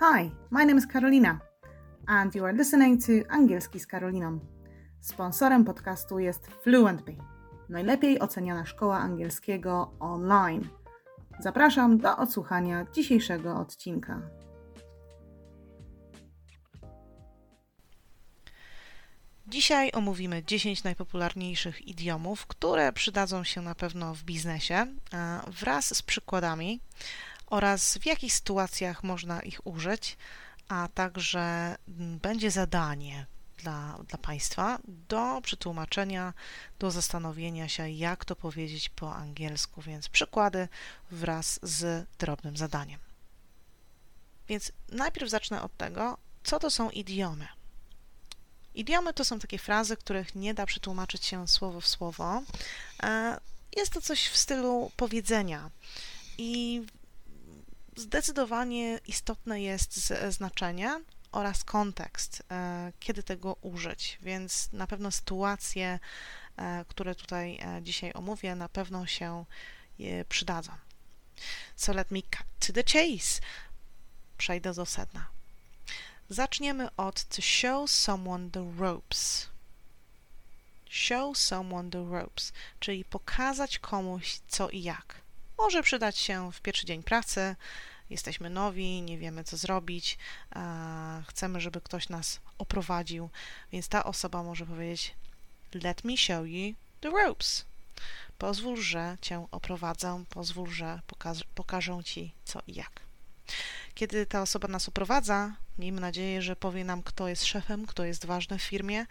Hi, my name is Karolina and you are listening to Angielski z Karoliną. Sponsorem podcastu jest Fluentby, najlepiej oceniana szkoła angielskiego online. Zapraszam do odsłuchania dzisiejszego odcinka. Dzisiaj omówimy 10 najpopularniejszych idiomów, które przydadzą się na pewno w biznesie, wraz z przykładami oraz w jakich sytuacjach można ich użyć, a także będzie zadanie dla Państwa do przetłumaczenia, do zastanowienia się, jak to powiedzieć po angielsku, więc przykłady wraz z drobnym zadaniem. Więc najpierw zacznę od tego, co to są idiomy. Idiomy to są takie frazy, których nie da przetłumaczyć się słowo w słowo. Jest to coś w stylu powiedzenia i zdecydowanie istotne jest znaczenie oraz kontekst, kiedy tego użyć, więc na pewno sytuacje, które tutaj dzisiaj omówię, na pewno się przydadzą. So let me cut to the chase. Przejdę do sedna. Zaczniemy od to show someone the ropes. Show someone the ropes, czyli pokazać komuś co i jak. Może przydać się w pierwszy dzień pracy, jesteśmy nowi, nie wiemy co zrobić, chcemy, żeby ktoś nas oprowadził, więc ta osoba może powiedzieć let me show you the ropes. Pozwól, że Cię oprowadzę, pozwól, że pokażę Ci co i jak. Kiedy ta osoba nas oprowadza, miejmy nadzieję, że powie nam, kto jest szefem, kto jest ważny w firmie,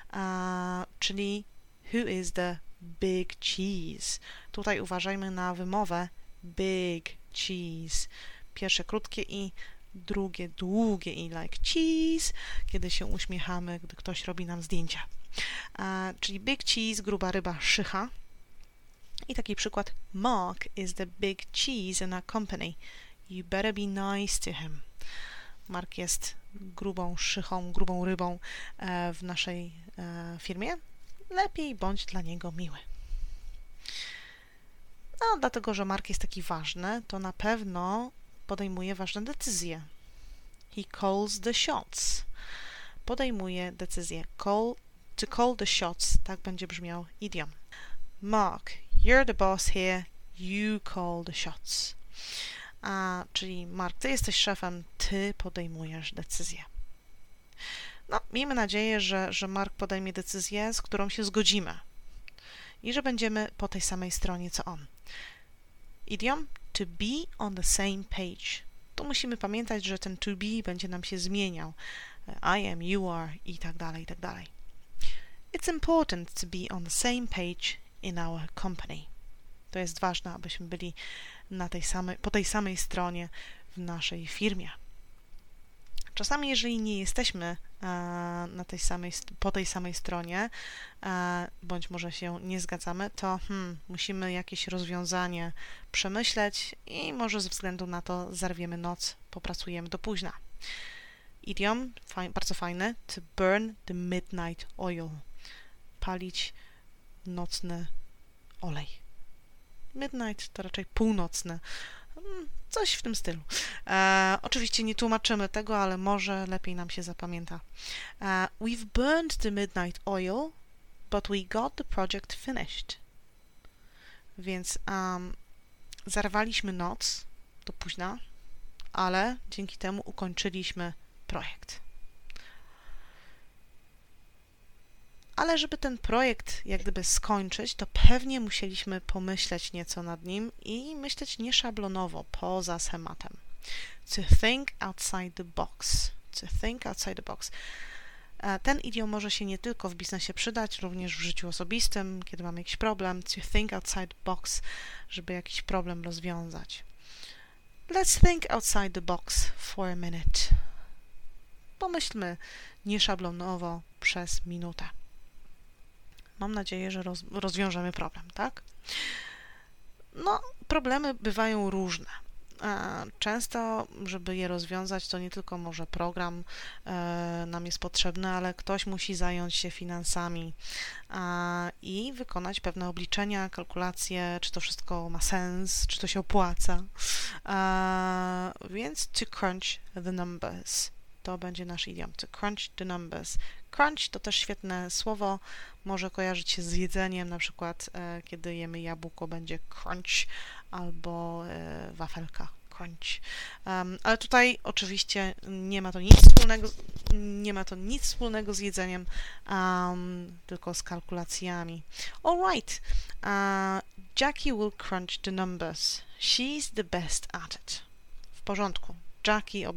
czyli who is the big cheese. Tutaj uważajmy na wymowę big cheese. Pierwsze krótkie i, drugie długie i, like cheese, kiedy się uśmiechamy, gdy ktoś robi nam zdjęcia. Czyli big cheese, gruba ryba, szycha. I taki przykład, Mark is the big cheese in our company. You better be nice to him. Mark jest grubą szychą, grubą rybą w naszej firmie. Lepiej bądź dla niego miły. No, dlatego, że Mark jest taki ważny, to na pewno podejmuje ważne decyzje. He calls the shots. Podejmuje decyzje. To call the shots, tak będzie brzmiał idiom. Mark, you're the boss here. You call the shots. Czyli Mark, ty jesteś szefem, ty podejmujesz decyzję. No, miejmy nadzieję, że Mark podejmie decyzję, z którą się zgodzimy i że będziemy po tej samej stronie, co on. Idiom to be on the same page. Tu musimy pamiętać, że ten to be będzie nam się zmieniał. I am, you are i tak dalej, i tak dalej. It's important to be on the same page in our company. To jest ważne, abyśmy byli po tej samej stronie w naszej firmie. Czasami, jeżeli nie jesteśmy po tej samej stronie, bądź może się nie zgadzamy, to musimy jakieś rozwiązanie przemyśleć i może ze względu na to zarwiemy noc, popracujemy do późna. Idiom, bardzo fajny, to burn the midnight oil. Palić nocny olej. Midnight to raczej północny. Coś w tym stylu. Oczywiście nie tłumaczymy tego, ale może lepiej nam się zapamięta. We've burned the midnight oil, but we got the project finished. Więc zarwaliśmy noc do późna, ale dzięki temu ukończyliśmy projekt. Ale żeby ten projekt jak gdyby skończyć, to pewnie musieliśmy pomyśleć nieco nad nim i myśleć nieszablonowo, poza schematem. To think outside the box. To think outside the box. Ten idiom może się nie tylko w biznesie przydać, również w życiu osobistym, kiedy mamy jakiś problem. To think outside the box, żeby jakiś problem rozwiązać. Let's think outside the box for a minute. Pomyślmy nieszablonowo przez minutę. Mam nadzieję, że rozwiążemy problem, tak? No, problemy bywają różne. Często, żeby je rozwiązać, to nie tylko może program nam jest potrzebny, ale ktoś musi zająć się finansami i wykonać pewne obliczenia, kalkulacje, czy to wszystko ma sens, czy to się opłaca. Więc to crunch the numbers. To będzie nasz idiom. To crunch the numbers. Crunch to też świetne słowo, może kojarzyć się z jedzeniem, na przykład kiedy jemy jabłko będzie crunch albo wafelka crunch. Ale tutaj oczywiście nie ma to nic wspólnego z jedzeniem, tylko z kalkulacjami. Alright. Jackie will crunch the numbers. She's the best at it. W porządku. Jackie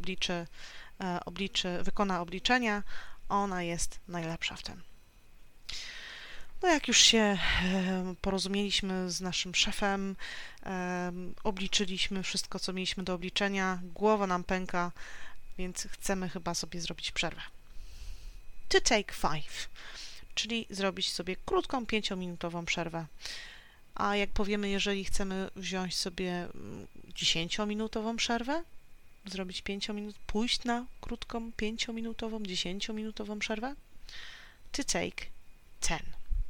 wykona obliczenia, ona jest najlepsza w tym. No jak już się porozumieliśmy z naszym szefem, obliczyliśmy wszystko, co mieliśmy do obliczenia, głowa nam pęka, więc chcemy chyba sobie zrobić przerwę. To take 5, czyli zrobić sobie krótką 5-minutową przerwę. A jak powiemy, jeżeli chcemy wziąć sobie 10-minutową przerwę, zrobić 5 minut, pójść na krótką 5-minutową, 10-minutową przerwę? To take 10.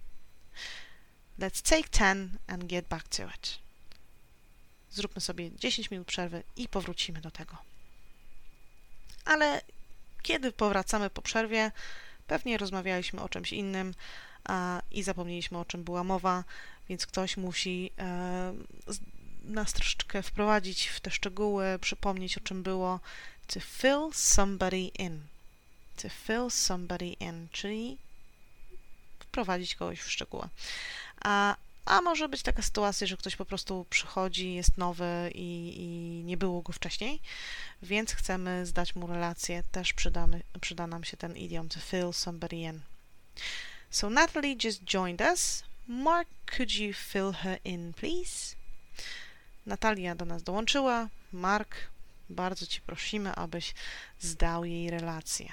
Let's take 10 and get back to it. Zróbmy sobie 10 minut przerwy i powrócimy do tego. Ale kiedy powracamy po przerwie, pewnie rozmawialiśmy o czymś innym i zapomnieliśmy, o czym była mowa, więc ktoś musi nas troszeczkę wprowadzić w te szczegóły, przypomnieć, o czym było. To fill somebody in. To fill somebody in, czyli wprowadzić kogoś w szczegóły. A może być taka sytuacja, że ktoś po prostu przychodzi, jest nowy i nie było go wcześniej, więc chcemy zdać mu relację. Też przyda nam się ten idiom to fill somebody in. So Natalie just joined us. Mark, could you fill her in, please? Natalia do nas dołączyła. Mark, bardzo Ci prosimy, abyś zdał jej relację.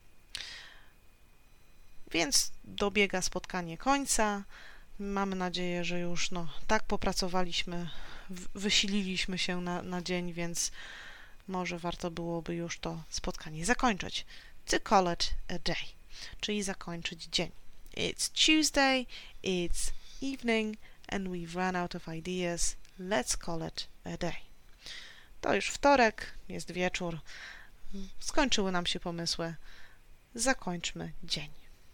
Więc dobiega spotkanie końca. Mamy nadzieję, że już tak popracowaliśmy, wysililiśmy się na dzień, więc może warto byłoby już to spotkanie zakończyć. To call it a day, czyli zakończyć dzień. It's Tuesday, it's evening, and we've run out of ideas. Let's call it a day. To już wtorek, jest wieczór, skończyły nam się pomysły. Zakończmy dzień.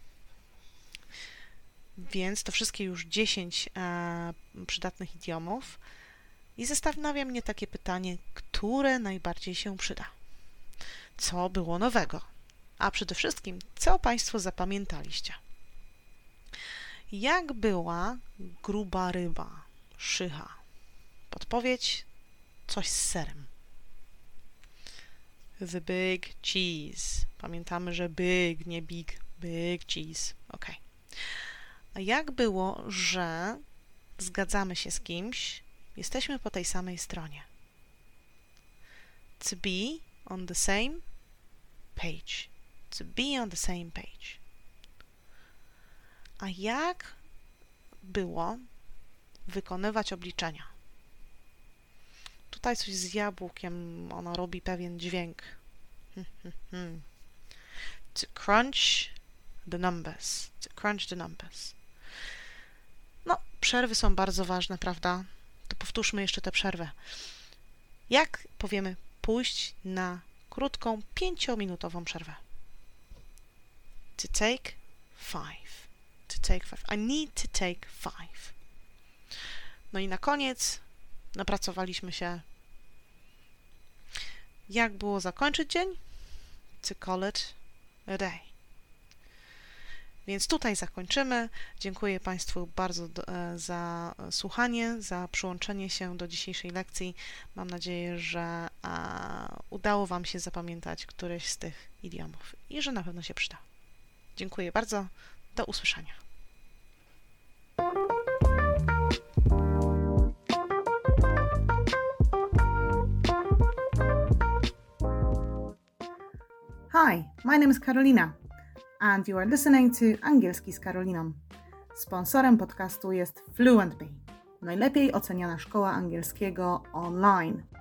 Więc to wszystkie już 10 przydatnych idiomów i zastanawia mnie takie pytanie, które najbardziej się przyda? Co było nowego? A przede wszystkim, co Państwo zapamiętaliście? Jak była gruba ryba, szycha? Podpowiedź, coś z serem. The big cheese. Pamiętamy, że big, nie big, big cheese. Ok. A jak było, że zgadzamy się z kimś, jesteśmy po tej samej stronie? To be on the same page. To be on the same page. A jak było wykonywać obliczenia? Tutaj coś z jabłkiem, ono robi pewien dźwięk. To crunch the numbers. To crunch the numbers. Przerwy są bardzo ważne, prawda? To powtórzmy jeszcze tę przerwę. Jak powiemy pójść na krótką 5-minutową przerwę? To take 5. To take 5. I need to take 5. No i na koniec napracowaliśmy się. Jak było zakończyć dzień? To call it a day. Więc tutaj zakończymy. Dziękuję Państwu bardzo za słuchanie, za przyłączenie się do dzisiejszej lekcji. Mam nadzieję, że udało Wam się zapamiętać któreś z tych idiomów i że na pewno się przyda. Dziękuję bardzo. Do usłyszenia. Hi, my name is Karolina. And you are listening to Angielski z Karoliną. Sponsorem podcastu jest Fluent.be, najlepiej oceniana szkoła angielskiego online.